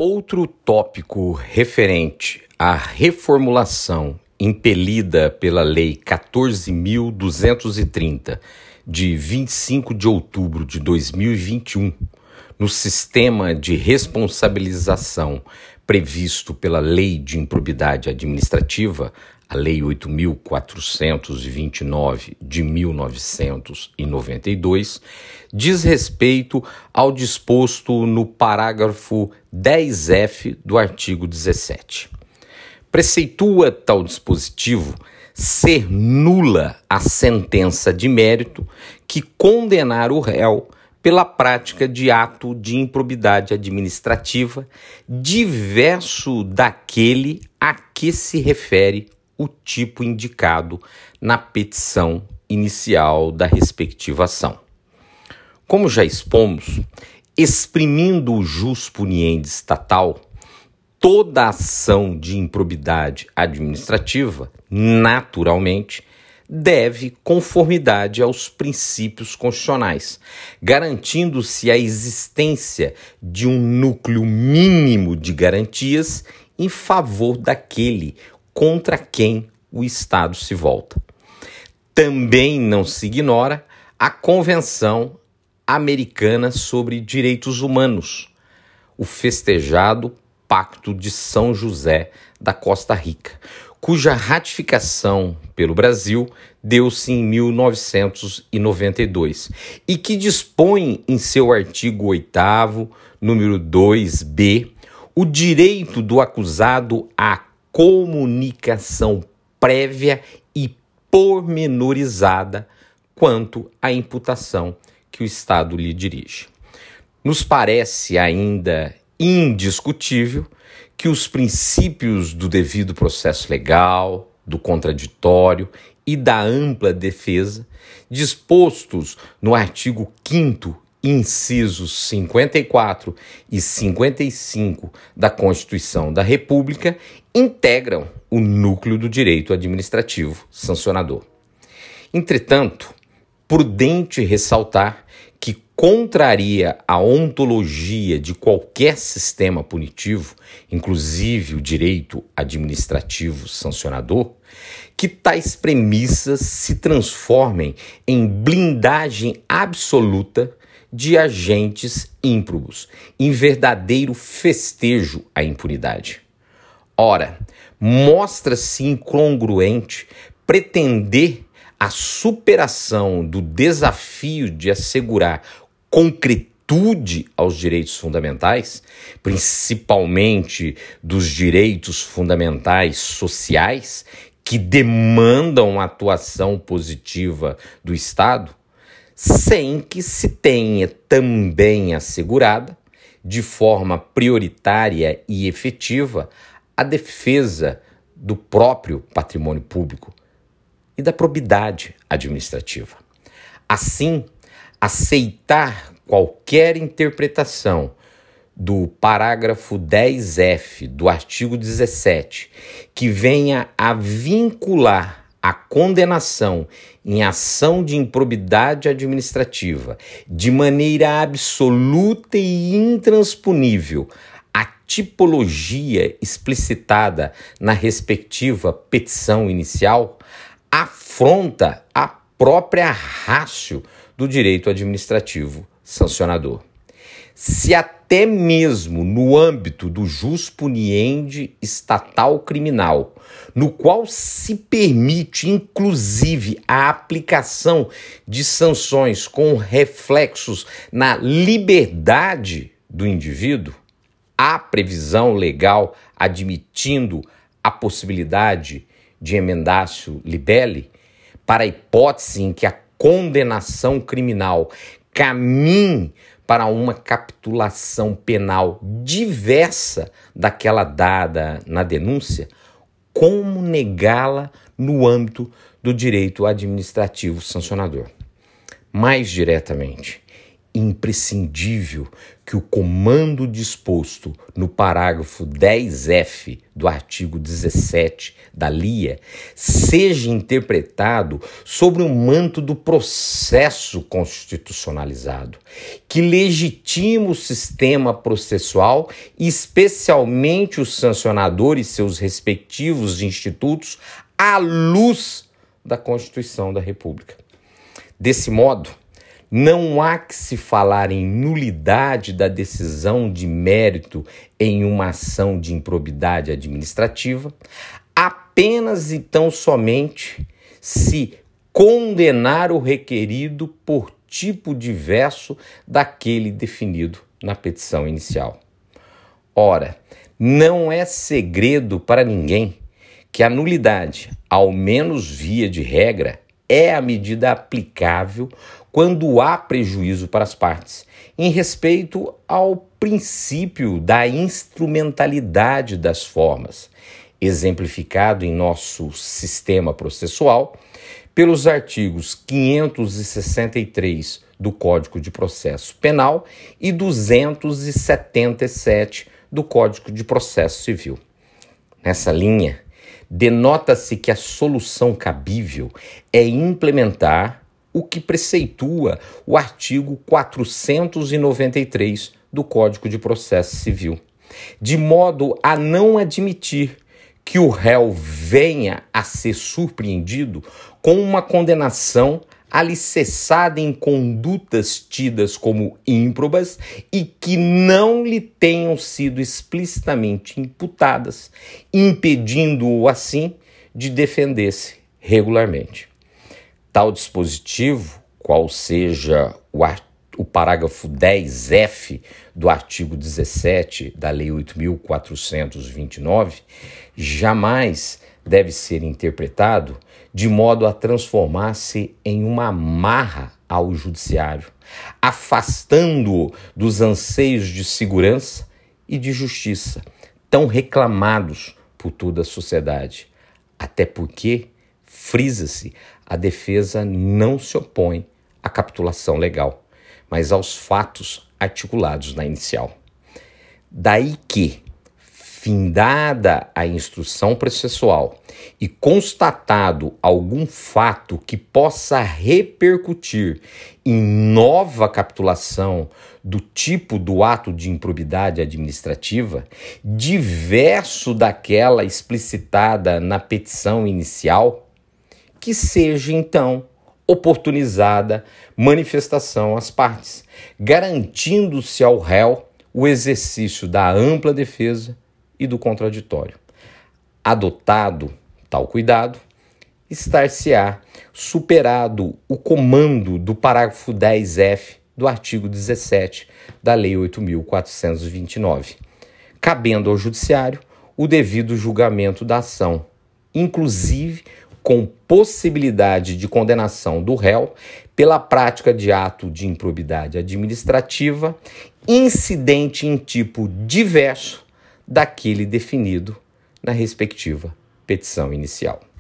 Outro tópico referente à reformulação impelida pela Lei 14.230, de 25 de outubro de 2021, no sistema de responsabilização previsto pela Lei de Improbidade Administrativa, a Lei 8.429 de 1992, diz respeito ao disposto no parágrafo 10F do artigo 17. Preceitua tal dispositivo ser nula a sentença de mérito que condenar o réu pela prática de ato de improbidade administrativa diverso daquele a que se refere o tipo indicado na petição inicial da respectiva ação. Como já expomos, exprimindo o jus puniendi estatal, toda ação de improbidade administrativa, naturalmente, deve conformidade aos princípios constitucionais, garantindo-se a existência de um núcleo mínimo de garantias em favor daquele contra quem o Estado se volta. Também não se ignora a Convenção Americana sobre Direitos Humanos, o festejado Pacto de São José da Costa Rica, cuja ratificação pelo Brasil deu-se em 1992 e que dispõe em seu artigo 8º, número 2b, o direito do acusado à comunicação prévia e pormenorizada quanto à imputação que o Estado lhe dirige. Nos parece ainda indiscutível que os princípios do devido processo legal, do contraditório e da ampla defesa, dispostos no artigo 5º, incisos 54 e 55 da Constituição da República, integram o núcleo do direito administrativo sancionador. Entretanto, prudente ressaltar que contraria a ontologia de qualquer sistema punitivo, inclusive o direito administrativo sancionador, que tais premissas se transformem em blindagem absoluta de agentes ímprobos, em verdadeiro festejo à impunidade. Ora, mostra-se incongruente pretender a superação do desafio de assegurar concretude aos direitos fundamentais, principalmente dos direitos fundamentais sociais, que demandam a atuação positiva do Estado, sem que se tenha também assegurada, de forma prioritária e efetiva, a defesa do próprio patrimônio público e da probidade administrativa. Assim, aceitar qualquer interpretação do parágrafo 10F do artigo 17 que venha a vincular a condenação em ação de improbidade administrativa de maneira absoluta e intransponível a tipologia explicitada na respectiva petição inicial afronta a própria ratio do direito administrativo sancionador. Se até mesmo no âmbito do jus puniendi estatal criminal, no qual se permite inclusive a aplicação de sanções com reflexos na liberdade do indivíduo, há previsão legal admitindo a possibilidade de emendatio libelli para a hipótese em que a condenação criminal caminhe para uma capitulação penal diversa daquela dada na denúncia, como negá-la no âmbito do direito administrativo sancionador? Mais diretamente, imprescindível que o comando disposto no parágrafo 10F do artigo 17 da LIA seja interpretado sobre o manto do processo constitucionalizado, que legitima o sistema processual, especialmente os sancionadores e seus respectivos institutos, à luz da Constituição da República. Desse modo, não há que se falar em nulidade da decisão de mérito em uma ação de improbidade administrativa, apenas e tão somente se condenar o requerido por tipo diverso daquele definido na petição inicial. Ora, não é segredo para ninguém que a nulidade, ao menos via de regra, é a medida aplicável quando há prejuízo para as partes, em respeito ao princípio da instrumentalidade das formas, exemplificado em nosso sistema processual pelos artigos 563 do Código de Processo Penal e 277 do Código de Processo Civil. Nessa linha, denota-se que a solução cabível é implementar o que preceitua o artigo 493 do Código de Processo Civil, de modo a não admitir que o réu venha a ser surpreendido com uma condenação alicerçada em condutas tidas como ímprobas e que não lhe tenham sido explicitamente imputadas, impedindo-o, assim, de defender-se regularmente. Tal dispositivo, qual seja o parágrafo 10F do artigo 17 da Lei 8.429, jamais deve ser interpretado de modo a transformar-se em uma amarra ao judiciário, afastando-o dos anseios de segurança e de justiça, tão reclamados por toda a sociedade. Até porque, frisa-se, a defesa não se opõe à capitulação legal, mas aos fatos articulados na inicial. Daí que, findada a instrução processual e constatado algum fato que possa repercutir em nova capitulação do tipo do ato de improbidade administrativa, diverso daquela explicitada na petição inicial, que seja, então, oportunizada manifestação às partes, garantindo-se ao réu o exercício da ampla defesa e do contraditório. Adotado tal cuidado, estar-se-á superado o comando do parágrafo 10F do artigo 17 da Lei 8.429, cabendo ao judiciário o devido julgamento da ação, inclusive com possibilidade de condenação do réu pela prática de ato de improbidade administrativa incidente em tipo diverso daquele definido na respectiva petição inicial.